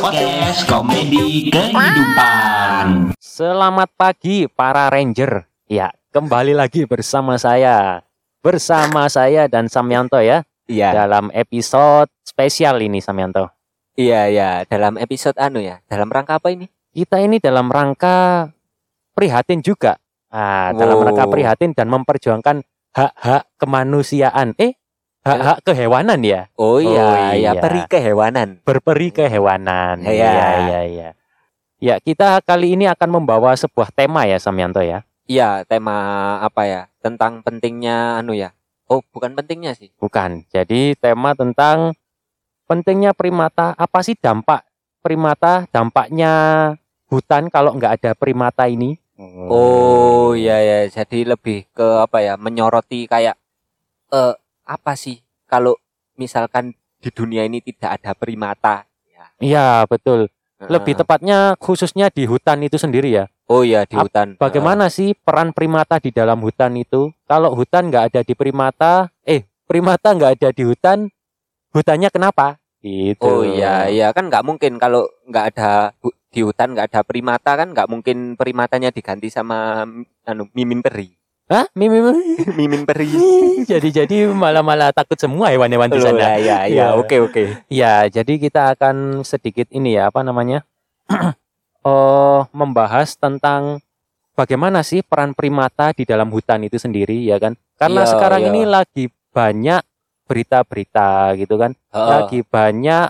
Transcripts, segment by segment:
Podcast Komedi Kehidupan. Selamat pagi para Ranger. Ya, kembali lagi bersama saya dan Samyanto ya. Iya. Dalam episode spesial ini Samyanto. Iya, dalam episode dalam rangka apa ini? Kita ini dalam rangka prihatin juga. Dalam rangka prihatin dan memperjuangkan hak-hak kemanusiaan. Hak-hak kehewanan ya. Oh iya, peri kehewanan. Berperi kehewanan. Iya. Ya, kita kali ini akan membawa sebuah tema ya Samyanto ya. Iya, tema apa ya? Tentang pentingnya Oh, bukan pentingnya sih. Bukan. Jadi tema tentang pentingnya primata. Apa sih dampak primata? Dampaknya hutan kalau nggak ada primata ini? Oh iya. Jadi lebih ke apa ya? Menyoroti kayak apa sih kalau misalkan di dunia ini tidak ada primata? Iya, betul. Lebih tepatnya khususnya di hutan itu sendiri ya. Oh iya, di hutan. Bagaimana sih peran primata di dalam hutan itu? Kalau hutan nggak ada di primata nggak ada di hutan, hutannya kenapa? Gitu. Oh iya kan nggak mungkin kalau nggak ada di hutan nggak ada primata kan nggak mungkin primatanya diganti sama mimin peri. Hah? Mimin peri. Jadi malah takut semua hewan-hewan di sana. Iya. Oke. Ya, jadi kita akan sedikit ini ya, membahas tentang bagaimana sih peran primata di dalam hutan itu sendiri ya kan? Karena sekarang ini lagi banyak berita-berita gitu kan. Lagi banyak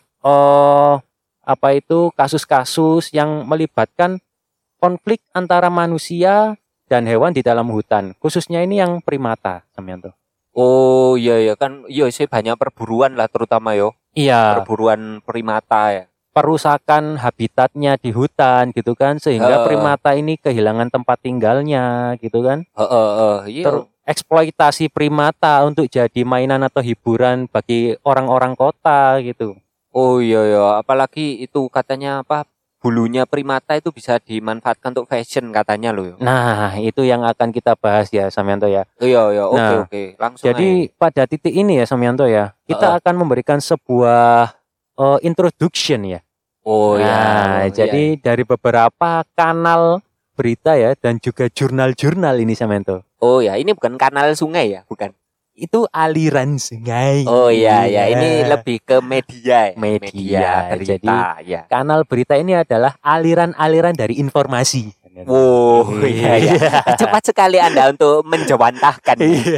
kasus-kasus yang melibatkan konflik antara manusia dan hewan di dalam hutan, khususnya ini yang primata, Samyanto. Oh iya kan, saya banyak perburuan lah terutama yo. Iya. Perburuan primata ya. Perusakan habitatnya di hutan gitu kan, sehingga primata ini kehilangan tempat tinggalnya gitu kan. Iya. Eksploitasi primata untuk jadi mainan atau hiburan bagi orang-orang kota gitu. Oh iya, apalagi itu katanya bulunya primata itu bisa dimanfaatkan untuk fashion katanya loh. Nah, itu yang akan kita bahas ya Samyanto ya. Iya, oke. Langsung jadi aja. Pada titik ini ya Samyanto ya, kita akan memberikan sebuah introduction ya. Oh jadi dari beberapa kanal berita ya dan juga jurnal-jurnal ini Samyanto. Oh ya, ini bukan kanal sungai ya, bukan. Itu aliran sungai. Oh iya, ini lebih ke media berita. Jadi kanal berita ini adalah aliran-aliran dari informasi. Wow, iya. Cepat sekali Anda untuk menjawantahkan.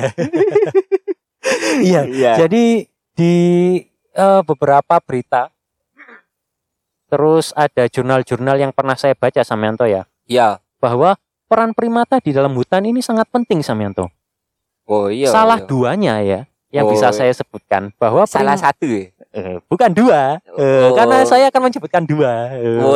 Iya. Jadi di beberapa berita, terus ada jurnal-jurnal yang pernah saya baca Samyanto ya. Iya. Bahwa peran primata di dalam hutan ini sangat penting Samyanto. Oh iya. Duanya ya yang bisa saya sebutkan bahwa salah satu ya? Bukan dua. Karena saya akan menyebutkan dua.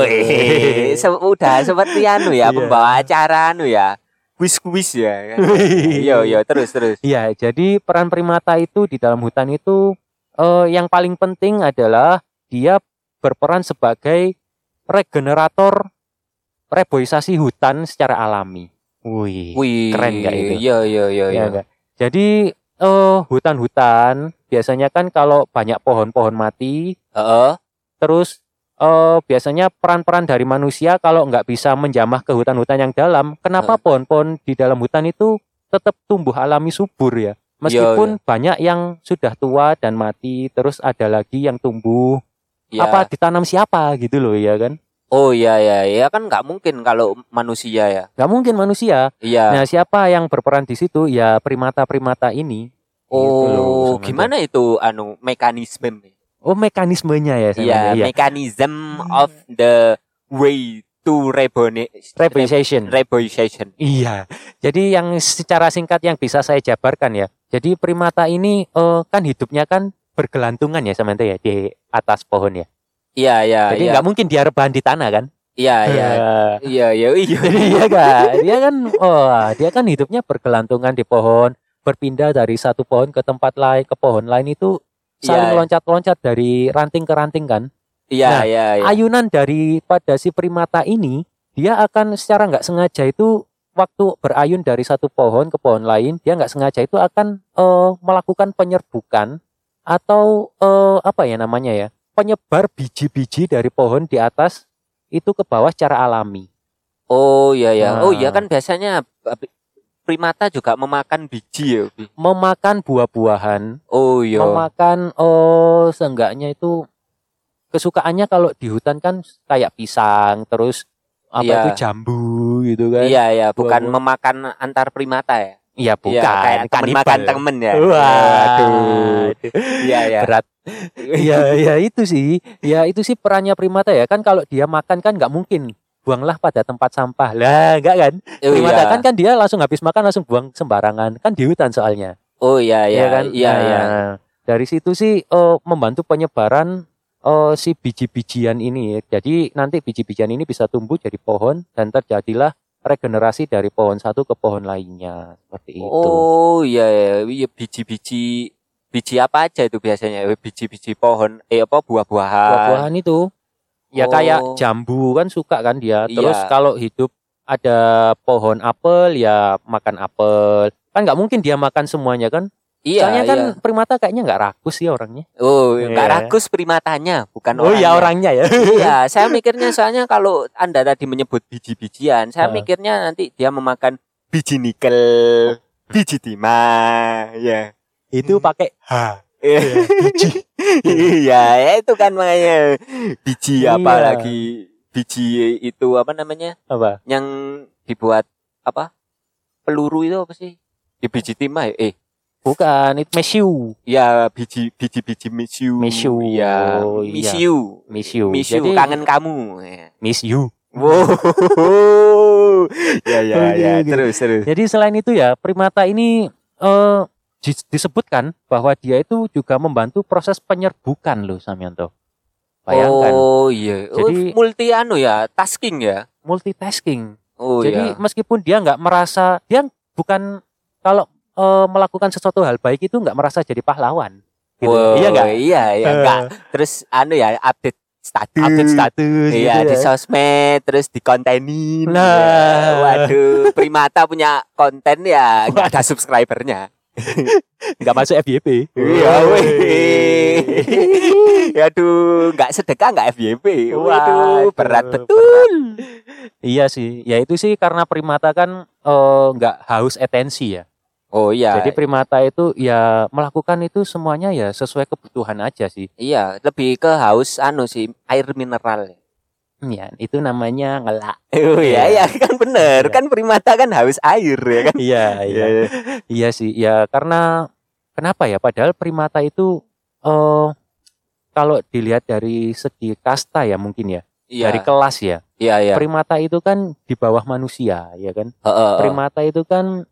Udah seperti pembawa acara kuis ya. Iya, terus. Iya, jadi peran primata itu di dalam hutan itu yang paling penting adalah dia berperan sebagai regenerator reboisasi hutan secara alami. Wih, keren nggak itu? Iya. Jadi hutan-hutan biasanya kan kalau banyak pohon-pohon mati, terus biasanya peran-peran dari manusia kalau nggak bisa menjamah ke hutan-hutan yang dalam, kenapa pohon-pohon di dalam hutan itu tetap tumbuh alami subur ya? Meskipun banyak yang sudah tua dan mati, terus ada lagi yang tumbuh. Apa ditanam siapa gitu loh ya kan? Oh iya kan nggak mungkin kalau manusia ya. Nggak mungkin manusia. Iya. Nah siapa yang berperan di situ? Ya primata-primata ini. Oh gitu loh, gimana itu mekanisme? Oh mekanismenya ya. Iya. Mechanism of the way to reboisation. Iya. Jadi yang secara singkat yang bisa saya jabarkan ya. Jadi primata ini kan hidupnya kan bergelantungan ya Samyanto ya di atas pohon ya. Iya. Jadi nggak mungkin dia rebahan di tanah kan? Iya. Iya kan? Dia kan hidupnya bergelantungan di pohon, berpindah dari satu pohon ke tempat lain, ke pohon lain itu saling loncat-loncat dari ranting ke ranting kan? Iya. Ayunan daripada si primata ini, dia akan secara nggak sengaja itu waktu berayun dari satu pohon ke pohon lain, dia nggak sengaja itu akan melakukan penyerbukan atau penyebar biji-biji dari pohon di atas itu ke bawah secara alami. Oh iya ya. Nah. Oh iya kan biasanya primata juga memakan biji ya. Bi? Memakan buah-buahan, Oh iya. memakan seenggaknya itu kesukaannya kalau di hutan kan kayak pisang, terus apa Iya. itu jambu gitu kan. Iya ya, bukan Buah-buah. memakan antar primata ya. Iya bukan, Iya, kayak temen kanibal. makan temen ya. Waduh. Iya ya. Berat. Ya itu sih. Ya itu sih perannya primata ya. Kan kalau dia makan kan nggak mungkin buanglah pada tempat sampah. Lah, enggak kan? Oh, Primata iya. kan dia langsung habis makan langsung buang sembarangan. Kan di hutan soalnya. Oh iya Iya ya. kan? Iya ya. Nah, dari situ sih membantu penyebaran si biji-bijian ini. Jadi nanti biji-bijian ini bisa tumbuh jadi pohon dan terjadilah regenerasi dari pohon satu ke pohon lainnya. Seperti itu. Oh iya ya. Iya biji apa aja itu biasanya? Biji-biji pohon apa buah-buahan. Buah-buahan itu ya Oh. kayak jambu kan suka kan dia. Terus Iya. kalau hidup ada pohon apel ya makan apel. Kan nggak mungkin dia makan semuanya kan. Iya, Soalnya kan iya. primata kayaknya nggak rakus ya orangnya. Oh, enggak Iya. rakus primatanya, bukan Oh orangnya. ya orangnya ya. Iya, saya mikirnya soalnya kalau Anda tadi menyebut biji-bijian, saya Heeh. mikirnya nanti dia memakan biji nikel, biji timah, ya. Itu pakai biji. Iya, ya itu kan makanya biji apa Iya. lagi? Biji itu apa namanya? apa? Yang dibuat apa? Peluru itu apa sih? Ya, biji timah ya? Bukan, itu mesiu. Ya biji misiu. Misiu. Ya, Oh, iya. misiu. Mesiu. Misiu Jadi kangen kamu. Ya. miss you. Wow. Ya ya Oke, ya. oke. Terus. Jadi selain itu ya primata ini disebutkan bahwa dia itu juga membantu proses penyerbukan loh Samyanto. Bayangkan Oh iya. Jadi- multi ya, tasking ya. multitasking. Oh Jadi iya. meskipun dia nggak merasa dia bukan kalau melakukan sesuatu hal baik itu nggak merasa jadi pahlawan. Gitu. Wow, Iya nggak? Iya enggak. Terus ya update status. Update status Iya gitu di ya. sosmed terus dikontenin. Nah. Ya, waduh, primata punya konten ya nggak ada subscribernya. Nggak masuk FYP. Iya, weh. Aduh, nggak sedekah nggak FYP. Waduh, berat betul. Iya sih, ya itu sih karena primata kan nggak haus atensi ya. Oh iya. Jadi primata itu ya melakukan itu semuanya ya sesuai kebutuhan aja sih. Iya, lebih ke haus sih, air mineral. Ya, itu namanya ngelak. Oh iya, Iya. iya kan bener. Iya. Kan primata kan haus air ya kan. Iya, iya. Iya sih, ya karena kenapa ya? Padahal primata itu kalau dilihat dari segi kasta ya mungkin ya, Iya. dari kelas ya. Iya, iya. Primata itu kan di bawah manusia, ya kan? Heeh. Primata itu kan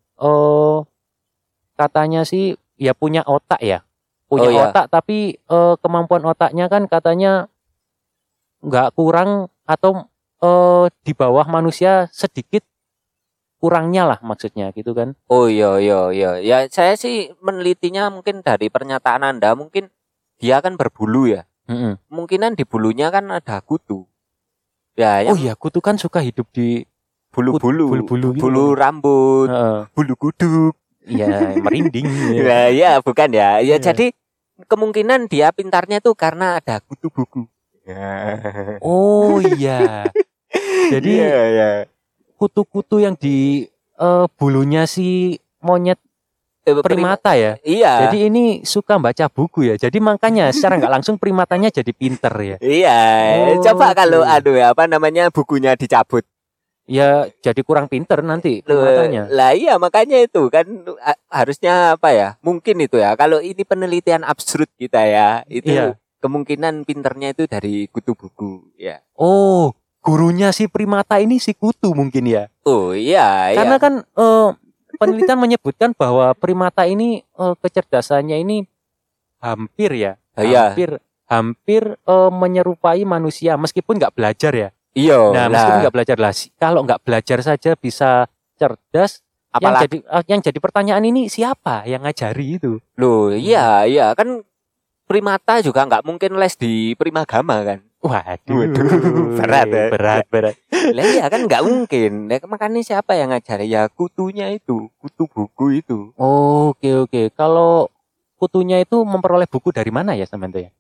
katanya sih ya punya otak ya. Punya Oh, iya. otak tapi kemampuan otaknya kan katanya nggak kurang atau di bawah manusia sedikit kurangnya lah maksudnya gitu kan. Oh iya, iya, iya. Ya saya sih menelitinya mungkin dari pernyataan Anda, mungkin dia kan berbulu ya. Mm-mm. Mungkinan di bulunya kan ada kutu. Ya, Oh yang iya, kutu kan suka hidup di bulu-bulu, bulu-bulu gitu. bulu rambut, Heeh. bulu kuduk. Iya, merinding. Ya. Ya, ya bukan ya. Ya Iya. jadi kemungkinan dia pintarnya tuh karena ada kutu buku. Oh iya. Jadi Iya, iya. kutu-kutu yang di bulunya si monyet primata ya. Iya. Jadi ini suka baca buku ya. Jadi makanya secara nggak langsung primatanya jadi pinter ya. Iya, Oh, coba kalau oke. bukunya dicabut. Ya jadi kurang pinter nanti Loh, primatanya. lah iya makanya itu kan harusnya apa ya? Mungkin itu ya. Kalau ini penelitian absurd kita ya, itu Iya. kemungkinan pinternya itu dari kutu buku ya. Oh, gurunya si primata ini si kutu mungkin ya. Oh iya, Karena iya. kan penelitian menyebutkan bahwa primata ini kecerdasannya ini hampir ya, Iya. hampir menyerupai manusia meskipun nggak belajar ya. Iya. Nah, meskipun nggak belajar lah, kalau nggak belajar saja bisa cerdas. apalagi Yang jadi pertanyaan ini siapa yang ngajari itu? loh, iya, iya kan primata juga nggak mungkin les di Primagama kan. Waduh, Berat ya. berat. Lah iya kan nggak mungkin. Nah, makanya siapa yang ngajari ya kutunya itu, kutu buku itu. Oke. Kalau kutunya itu memperoleh buku dari mana ya, teman-teman ya?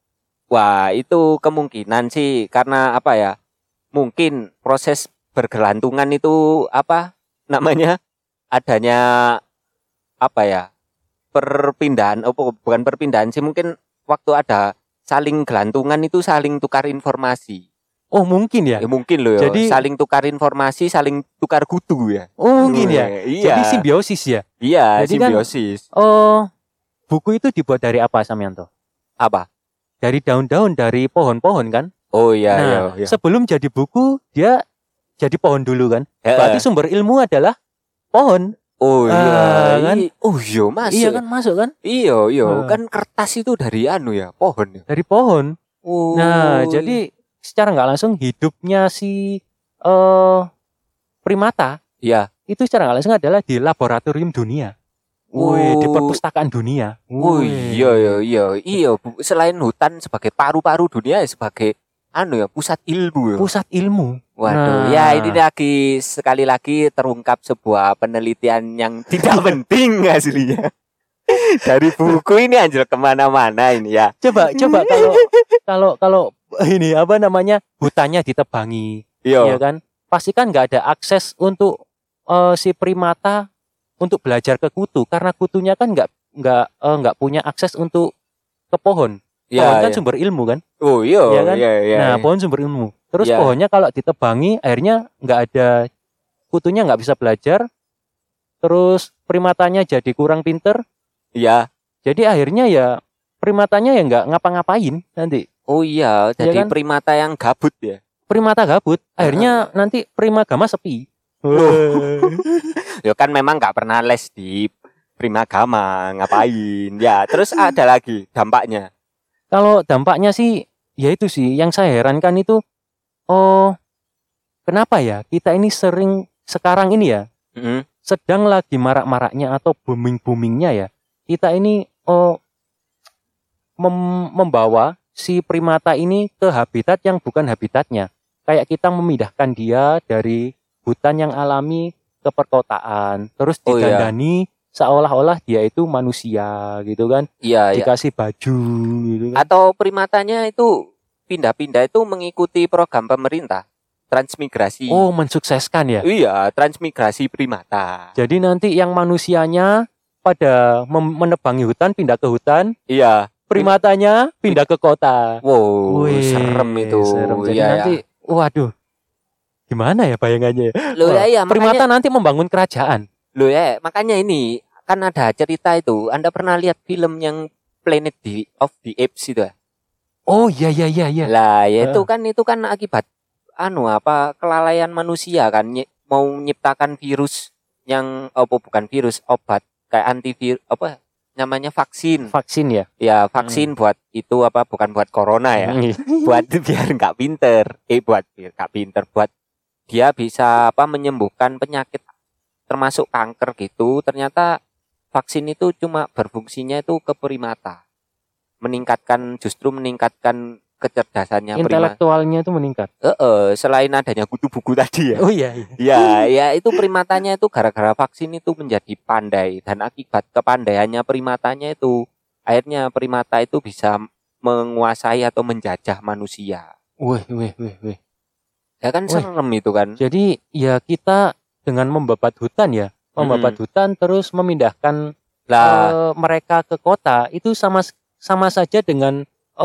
Wah, itu kemungkinan sih karena apa ya? Mungkin proses bergelantungan itu apa namanya? Adanya apa ya? Perpindahan, bukan perpindahan sih, mungkin waktu ada saling gelantungan itu saling tukar informasi. Oh, mungkin ya. Ya mungkin loh ya. Jadi Saling tukar informasi, saling tukar kutu ya. oh, mungkin ya. Iya. Jadi simbiosis ya. Iya, Jadi kan, simbiosis. oh, buku itu dibuat dari apa, Samyanto? Apa? Dari daun-daun dari pohon-pohon kan? Oh iya, Nah, iya. sebelum jadi buku dia jadi pohon dulu kan? Heeh. Berarti sumber ilmu adalah pohon. Oh iya, kan? Oh iya, masuk. Iya kan, masuk kan? Iya, kan kertas itu dari anu ya, pohon ya. Dari pohon. Oh. Nah, jadi secara nggak langsung hidupnya si primata iya. itu secara nggak langsung adalah di laboratorium dunia. Wih, di perpustakaan dunia. Oh iya. Selain hutan sebagai paru-paru dunia, sebagai anu ya, pusat ilmu ya. Pusat ilmu. Waduh, ya ini lagi sekali lagi terungkap sebuah penelitian yang tidak penting aslinya. Dari buku ini anjir kemana-mana ini ya. Coba kalau ini apa namanya hutannya ditebangi, ya kan? Pasti kan nggak ada akses untuk si primata untuk belajar ke kutu karena kutunya kan nggak punya akses untuk ke pohon. Pohon kan sumber ilmu kan? Oh iya, ya kan? Iya. Nah, pohon sumber ilmu. Terus pohonnya kalau ditebangi, akhirnya nggak ada kutunya nggak bisa belajar. Terus primatanya jadi kurang pinter. Iya. Jadi akhirnya ya primatanya ya nggak ngapa-ngapain nanti. Oh iya, jadi ya kan? primata yang gabut ya. Primata gabut, akhirnya nanti primagama sepi. Ya kan memang nggak pernah les di primagama, ngapain? Ya, terus ada lagi dampaknya. Kalau dampaknya sih, ya itu sih yang saya herankan itu, kenapa ya kita ini sering sekarang ini ya, sedang lagi marak-maraknya atau booming-boomingnya ya, kita ini membawa si primata ini ke habitat yang bukan habitatnya. Kayak kita memindahkan dia dari hutan yang alami ke perkotaan, terus didandani seolah-olah dia itu manusia gitu kan. Iya, dikasih baju gitu kan. Atau primatanya itu pindah-pindah itu mengikuti program pemerintah transmigrasi. Oh, mensukseskan ya. Iya, transmigrasi primata. Jadi nanti yang manusianya pada menebangi hutan pindah ke hutan. Iya. Primatanya pindah ke kota. Wow, serem itu. Serem. Jadi iya, nanti waduh. Gimana ya bayangannya? Loh, ya, primata nanti membangun kerajaan. Loh ya, makanya ini kan ada cerita itu. Anda pernah lihat film yang Planet of the Apes itu ya? Oh iya. Lah, ya itu kan akibat kelalaian manusia kan mau menciptakan virus yang bukan virus, obat kayak antivirus namanya vaksin. Vaksin ya? Ya, vaksin buat itu bukan buat corona ya. Buat biar nggak pinter. Buat biar nggak pinter, buat dia bisa menyembuhkan penyakit termasuk kanker gitu. Ternyata vaksin itu cuma berfungsinya itu ke primata. Justru meningkatkan kecerdasannya intelektualnya itu meningkat. Selain adanya kutu buku tadi ya. Oh iya. Ya itu primatanya itu gara-gara vaksin itu menjadi pandai, dan akibat kepandaiannya primatanya itu akhirnya primata itu bisa menguasai atau menjajah manusia. Wih. Ya kan serem itu kan. Jadi ya kita dengan membabat hutan ya, hutan terus memindahkan mereka ke kota itu sama saja dengan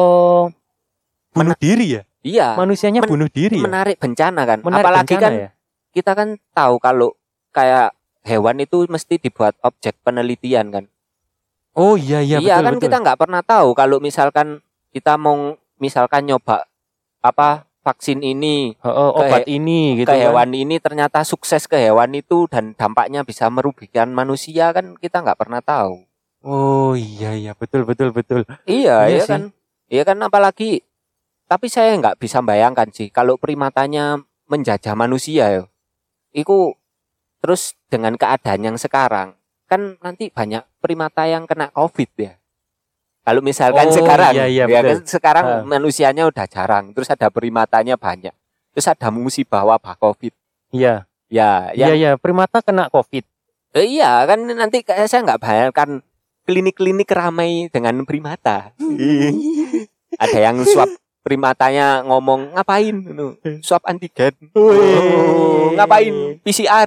bunuh diri ya. Iya. Manusianya bunuh diri. Menarik bencana kan. Apalagi kan ya? Kita kan tahu kalau kayak hewan itu mesti dibuat objek penelitian kan. Oh iya. Iya betul, kan betul. Kita nggak pernah tahu kalau misalkan kita mau nyoba vaksin ini, obat ini gitu ke hewan ini ternyata sukses ke hewan itu dan dampaknya bisa merugikan manusia kan kita nggak pernah tahu. Oh iya betul. Iya kan. Iya kan apalagi. Tapi saya nggak bisa bayangkan sih kalau primatanya menjajah manusia ya. Iku terus dengan keadaan yang sekarang kan nanti banyak primata yang kena COVID ya. Kalau misalkan sekarang, kan sekarang manusianya udah jarang, terus ada primatanya banyak, terus ada musibah wabah COVID. Iya. Ya. Primata kena COVID. Iya kan nanti saya nggak bayangkan klinik-klinik ramai dengan primata. Ada yang swab primatanya ngomong ngapain swab antigen. Oh, ngapain PCR.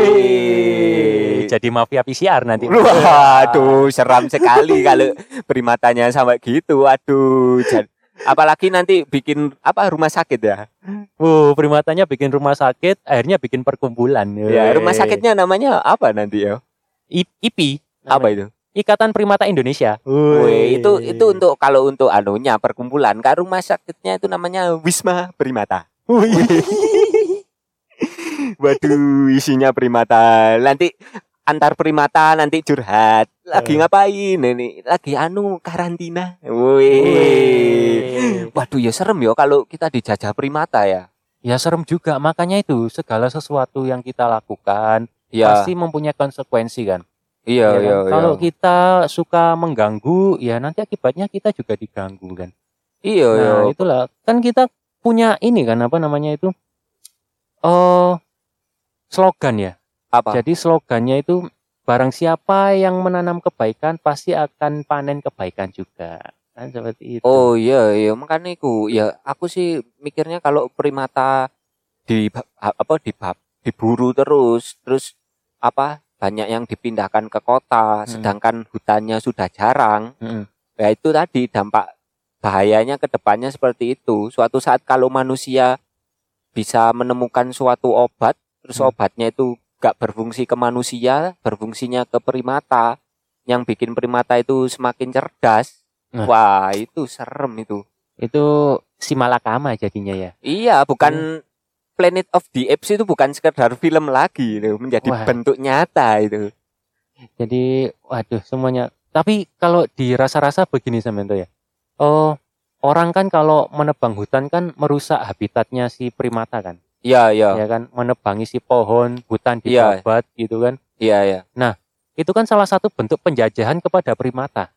Jadi mafia PCR nanti. Waduh, seram sekali kalau primatanya sampai gitu. Waduh. Apalagi nanti bikin rumah sakit ya. Primatanya bikin rumah sakit, akhirnya bikin perkumpulan. Ya, rumah sakitnya namanya apa nanti ya? IPI. Apa itu? Ikatan Primata Indonesia. Wih, itu untuk kalau untuk anunya perkumpulan. Kan rumah sakitnya itu namanya Wisma Primata. Waduh, isinya primata. Nanti antar primata nanti curhat. Lagi ngapain ini? Lagi karantina. Wih. Waduh, ya serem ya kalau kita dijajah primata ya. Ya serem juga, makanya itu segala sesuatu yang kita lakukan pasti mempunyai konsekuensi kan. Iya, ya kan? Kalau kita suka mengganggu, ya nanti akibatnya kita juga diganggu kan. Iya. Itulah. Kan kita punya ini kan, apa namanya itu? Slogan ya. Apa? Jadi slogannya itu, barang siapa yang menanam kebaikan pasti akan panen kebaikan juga. Kan seperti itu. Oh iya, makanya aku sih mikirnya kalau primata diburu terus banyak yang dipindahkan ke kota, sedangkan hutannya sudah jarang. Ya itu tadi dampak bahayanya ke depannya seperti itu. Suatu saat kalau manusia bisa menemukan suatu obat, terus obatnya itu gak berfungsi ke manusia, berfungsinya ke primata, yang bikin primata itu semakin cerdas. Wah, itu serem itu. Itu si Malakama jadinya ya. Iya, bukan Planet of the Apes itu bukan sekedar film lagi itu, menjadi bentuk nyata itu. Jadi waduh semuanya. Tapi kalau dirasa-rasa begini Samento ya. Orang kan kalau menebang hutan kan merusak habitatnya si primata kan. Iya. Ya kan, menebangi si pohon, hutan dibabat gitu kan. Iya. Nah, itu kan salah satu bentuk penjajahan kepada primata.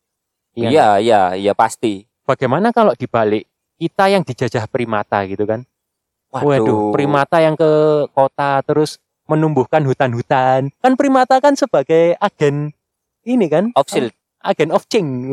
Iya, pasti. Bagaimana kalau dibalik kita yang dijajah primata gitu kan? Waduh, primata yang ke kota terus menumbuhkan hutan-hutan. Kan primata kan sebagai agen ini kan? Agen of change.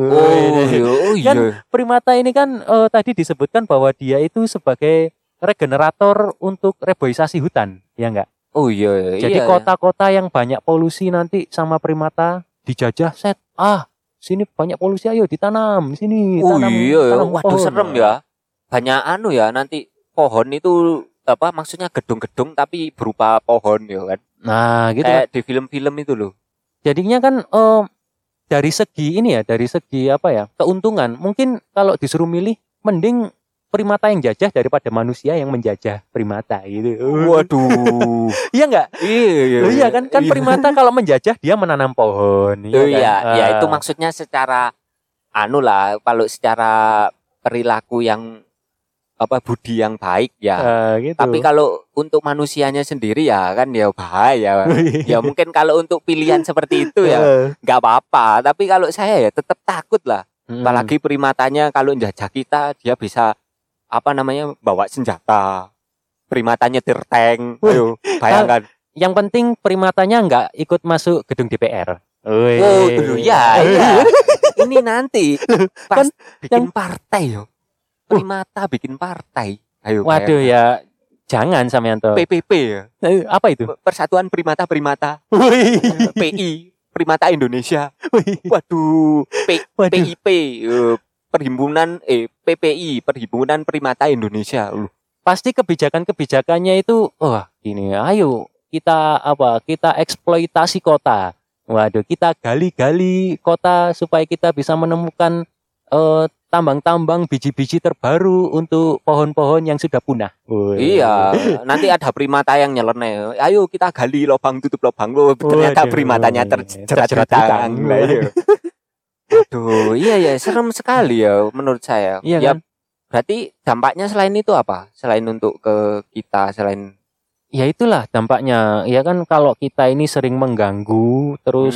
Kan primata ini kan tadi disebutkan bahwa dia itu sebagai regenerator untuk reboisasi hutan, ya enggak? Oh iya. Jadi kota-kota yang banyak polusi nanti sama primata dijajah set. Sini banyak polusi, ayo ditanam sini. Tanam waduh pohon. Serem ya. Banyak nanti pohon itu maksudnya gedung-gedung tapi berupa pohon ya kan. Nah, gitu. Kayak di film-film itu loh. Jadinya kan dari segi keuntungan. Mungkin kalau disuruh milih mending primata yang jajah daripada manusia yang menjajah primata gitu. Waduh. Iya enggak? Iya kan primata kalau menjajah dia menanam pohon. Iya, itu maksudnya secara kalau secara perilaku yang budi yang baik ya. Gitu. Tapi kalau untuk manusianya sendiri ya kan ya bahaya. Ya mungkin kalau untuk pilihan seperti itu ya nggak apa-apa. Tapi kalau saya ya tetap takut lah. Apalagi primatanya kalau njajah kita dia bisa bawa senjata. Primatanya nyetir tank. Ayo bayangkan. Yang penting primatanya nggak ikut masuk gedung DPR. Iya. Ini nanti pas bikin partai yo. Primata bikin partai. Ayo. Waduh ya, jangan Samyanto. PPP ya. Apa itu? Persatuan Primata. PI Primata Indonesia. Waduh. PIP Perhimpunan PPI Perhimpunan Primata Indonesia. Pasti kebijakan-kebijakannya itu gini, ayo kita eksploitasi kota. Waduh, kita gali-gali kota supaya kita bisa menemukan tambang-tambang biji-biji terbaru untuk pohon-pohon yang sudah punah. Iya, nanti ada primata yang nyeleneh. Ayo kita gali lubang tutup lubang. Ternyata primatanya terjerat hutang. Aduh, iya serem sekali ya menurut saya. Iya kan? Berarti dampaknya selain itu apa? Selain untuk ke kita, selain ya itulah dampaknya. Ya kan kalau kita ini sering mengganggu terus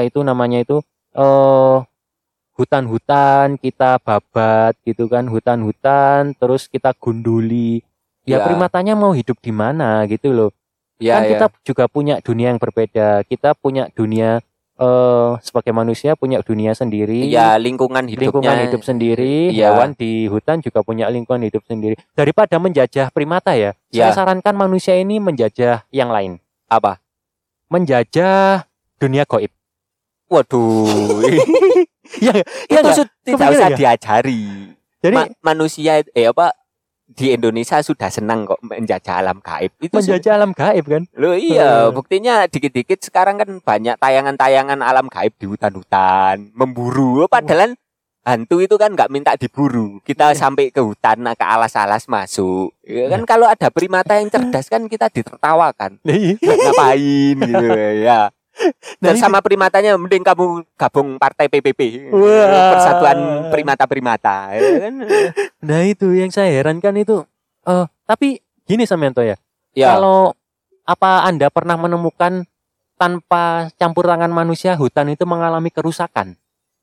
hutan-hutan kita babat gitu kan, hutan-hutan terus kita gunduli. Ya primatanya mau hidup di mana gitu loh. Kita juga punya dunia yang berbeda. Kita punya dunia sebagai manusia punya dunia sendiri, Iya, lingkungan hidupnya. hidup sendiri, Iya. hewan di hutan juga punya lingkungan hidup sendiri. Daripada menjajah primata ya, saya Iya. sarankan manusia ini menjajah yang lain. Apa? Menjajah dunia gaib. Waduh. Ya, Itu nggak? tidak Kepikiran usah ya? diajari. Jadi Manusia di Indonesia sudah senang kok menjajah alam gaib. Itu menjajah alam gaib kan? Loh iya, Eh. buktinya dikit-dikit sekarang kan banyak tayangan-tayangan alam gaib di hutan-hutan, memburu. Padahal hantu itu kan nggak minta diburu. Kita sampai ke hutan, ke alas-alas masuk. Ya kan kalau ada primata yang cerdas kan kita ditertawakan. Ngapain gitu ya. Nah, Dan itu- sama primatanya mending kamu gabung partai PPP. Wah. Persatuan Primata-Primata. Ya kan? Nah itu yang saya herankan itu. Tapi gini Samyanto ya. Ya, Kalau apa Anda pernah menemukan tanpa campur tangan manusia hutan itu mengalami kerusakan?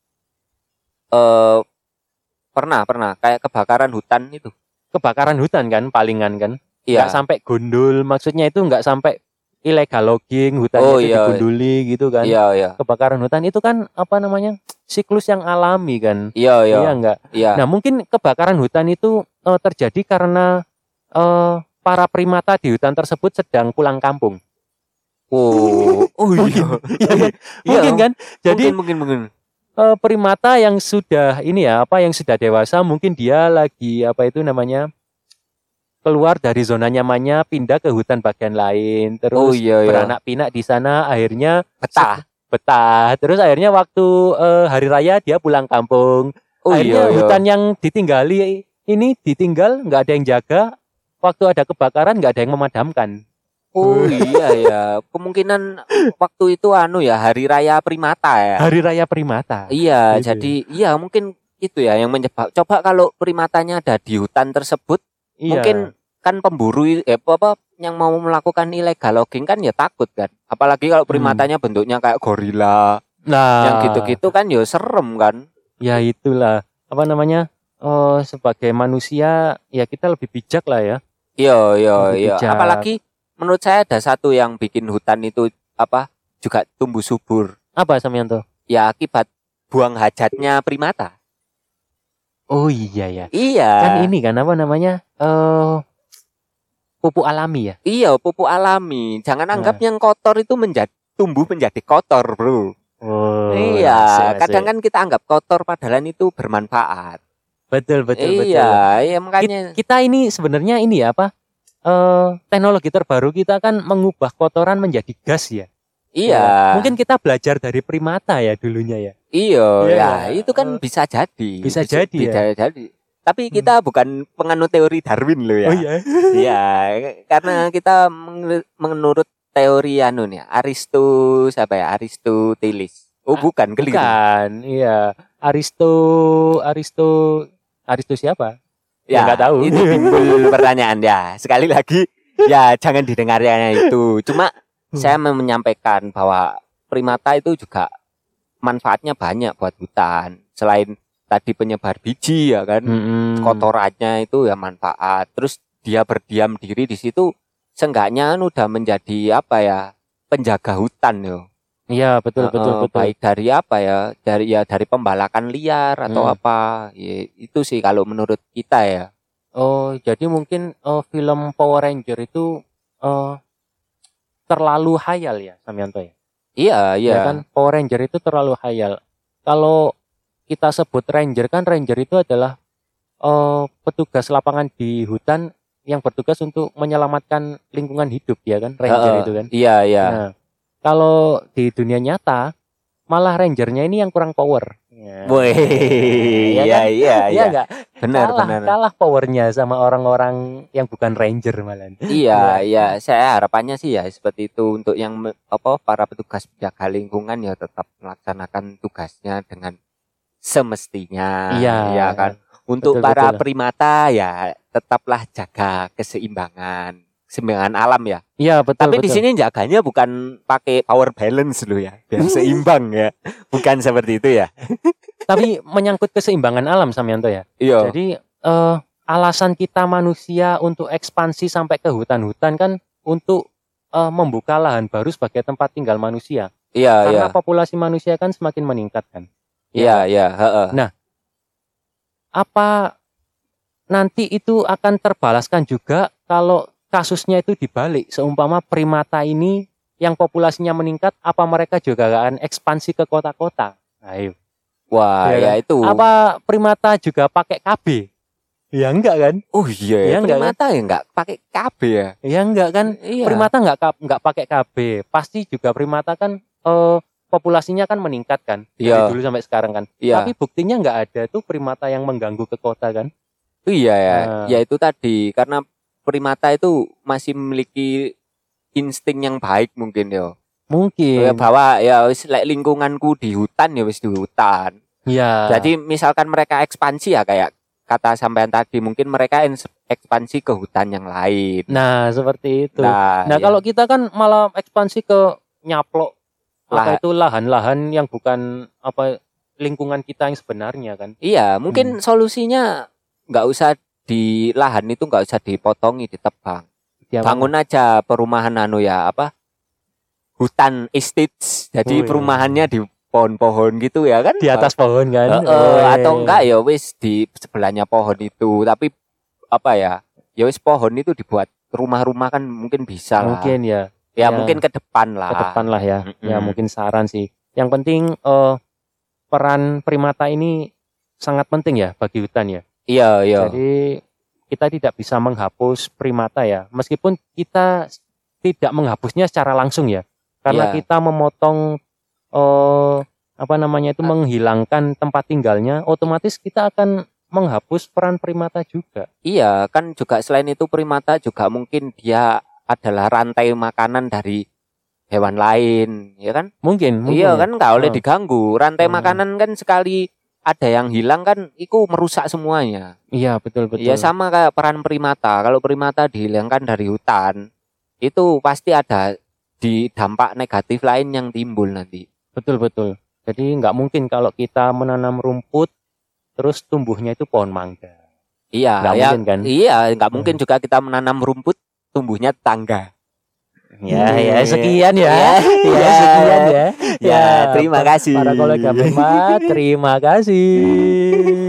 pernah kayak kebakaran hutan itu. Kebakaran hutan kan palingan kan? Iya. Nggak sampai gundul, maksudnya itu nggak sampai illegal logging, hutannya Oh, itu iya. digunduli gitu kan? Iya. Kebakaran hutan itu kan apa namanya? Siklus yang alami kan? Iya. Iya enggak? Iya. Nah mungkin kebakaran hutan itu terjadi karena para primata di hutan tersebut sedang pulang kampung. Oh iya. Iya kan? Iya. Mungkin kan? Jadi mungkin. primata yang sudah ini ya apa yang sudah dewasa mungkin dia lagi apa itu namanya keluar dari zona nyamannya pindah ke hutan bagian lain terus Oh iya. beranak pinak di sana akhirnya Betah. terus akhirnya waktu hari raya dia pulang kampung Oh akhirnya iya. hutan yang ditinggali ini ditinggal nggak ada yang jaga waktu ada kebakaran nggak ada yang memadamkan. Oh iya ya. Kemungkinan waktu itu ya hari raya primata ya. Hari raya primata. Iya, Gitu. jadi iya mungkin itu ya yang menyebab. Coba kalau primatanya ada di hutan tersebut, Iya. mungkin kan pemburu apa yang mau melakukan illegal logging kan ya takut kan. Apalagi kalau primatanya bentuknya kayak gorila, nah yang gitu-gitu kan ya serem kan. ya itulah apa namanya sebagai manusia ya kita lebih bijak lah ya. Iya. Bijak. Apalagi menurut saya ada satu yang bikin hutan itu juga tumbuh subur. Apa Samyanto? Ya akibat buang hajatnya primata. Oh iya ya. Iya. Kan ini kan apa namanya pupuk alami ya. Iya, pupuk alami. Jangan anggap yang kotor itu tumbuh menjadi kotor, Bro. Oh, Iya, kadang kan kita anggap kotor padahal itu bermanfaat. betul. Iya, makanya Kita ini sebenarnya ini ya apa? Teknologi terbaru kita kan mengubah kotoran menjadi gas ya. iya. Mungkin kita belajar dari primata ya dulunya ya. Iya, Iya. ya, itu kan bisa jadi. Bisa jadi ya. jadi. Tapi kita bukan penganut teori Darwin loh ya. Oh iya. Iya, karena kita menurut teori Aristoteles. Oh, bukan, keliru. Bukan, iya. Aristo siapa? Ya, nggak tahu. Itu timbul pertanyaan ya. Sekali lagi, ya jangan didengarnya itu. Cuma saya mau menyampaikan bahwa primata itu juga manfaatnya banyak buat hutan. Selain tadi penyebar biji ya kan, kotorannya itu ya manfaat. Terus dia berdiam diri di situ, seenggaknya udah menjadi penjaga hutan yo. Iya, betul. Baik dari dari pembalakan liar atau apa. Ya, itu sih kalau menurut kita ya. Oh, jadi mungkin film Power Ranger itu terlalu hayal ya, Samyanto ya? Iya. Ya kan, Power Ranger itu terlalu hayal. Kalau kita sebut Ranger kan, Ranger itu adalah petugas lapangan di hutan yang bertugas untuk menyelamatkan lingkungan hidup ya kan, Ranger itu kan. Iya. Nah, kalau di dunia nyata malah rangernya ini yang kurang power. Ya. Wih, Ya kan? iya. Enggak? Benar. Kalah powernya sama orang-orang yang bukan ranger malah. Iya. Saya harapannya sih ya seperti itu untuk yang para petugas penjaga lingkungan ya tetap melaksanakan tugasnya dengan semestinya. Iya. Kan. Untuk para primata ya tetaplah jaga keseimbangan alam ya. Iya, betul. Tapi di sini jaganya bukan pakai power balance loh ya, biar seimbang ya. Bukan seperti itu ya. Tapi menyangkut keseimbangan alam Samyanto ya. Iya. Jadi alasan kita manusia untuk ekspansi sampai ke hutan-hutan kan untuk membuka lahan baru sebagai tempat tinggal manusia. Iya, Karena iya. populasi manusia kan semakin meningkat kan. Iya, iya, heeh. Apa nanti itu akan terbalaskan juga kalau kasusnya itu dibalik, seumpama primata ini yang populasinya meningkat, apa mereka juga akan ekspansi ke kota-kota? Ayo. Wah, Ya ya kan? itu. Apa primata juga pakai KB? Ya enggak kan? Oh iya, Ya, ya, enggak primata ya enggak pakai KB ya. Ya enggak kan? Iya. Primata enggak pakai KB. Pasti juga primata kan populasinya kan meningkat kan dari Iya. dulu sampai sekarang kan. Iya. Tapi buktinya enggak ada tuh primata yang mengganggu ke kota kan. Iya ya, Nah. ya itu tadi karena primata itu masih memiliki insting yang baik mungkin ya. Mungkin. Ya bahwa ya wis lek lingkunganku di hutan ya wis di hutan. Ya. Jadi misalkan mereka ekspansi ya kayak kata sampean tadi mungkin mereka ekspansi ke hutan yang lain. Nah, seperti itu. Nah, Nah, ya. kalau kita kan malah ekspansi ke nyaplok Lah- itu lahan-lahan yang bukan apa lingkungan kita yang sebenarnya kan. Iya, mungkin solusinya nggak usah di lahan itu nggak usah dipotongi, ditebang. Dia Bangun aja perumahan ya apa? Hutan estate. Jadi Oh, iya. perumahannya di pohon-pohon gitu ya kan? di atas pohon kan. Atau enggak ya wis di sebelahnya pohon itu. Tapi apa ya? Ya wis pohon itu dibuat rumah-rumah kan mungkin bisa lah. Mungkin ya. Ya, ya. mungkin ke depan lah. Ke depan lah ya. Mm-mm. Ya mungkin saran sih. Yang penting peran primata ini sangat penting ya bagi hutan ya. Iya, iya. Jadi kita tidak bisa menghapus primata ya. Meskipun kita tidak menghapusnya secara langsung ya. Karena Iya. kita memotong apa namanya itu menghilangkan tempat tinggalnya, otomatis kita akan menghapus peran primata juga. Iya, kan juga selain itu primata juga mungkin dia adalah rantai makanan dari hewan lain, ya kan? Mungkin Iya ya. kan nggak boleh Oh. diganggu. Rantai Hmm. makanan kan sekali ada yang hilang kan itu merusak semuanya. Iya, betul. Ya sama kayak peran primata. Kalau primata dihilangkan dari hutan, itu pasti ada di dampak negatif lain yang timbul nanti. Betul. Jadi nggak mungkin kalau kita menanam rumput terus tumbuhnya itu pohon mangga. Iya, Nggak ya, mungkin kan? Iya, nggak mungkin juga kita menanam rumput tumbuhnya tangga. Ya, sekian ya. Ya, Ya, sekian ya. Ya, terima kasih. Para kolega Mema, terima kasih.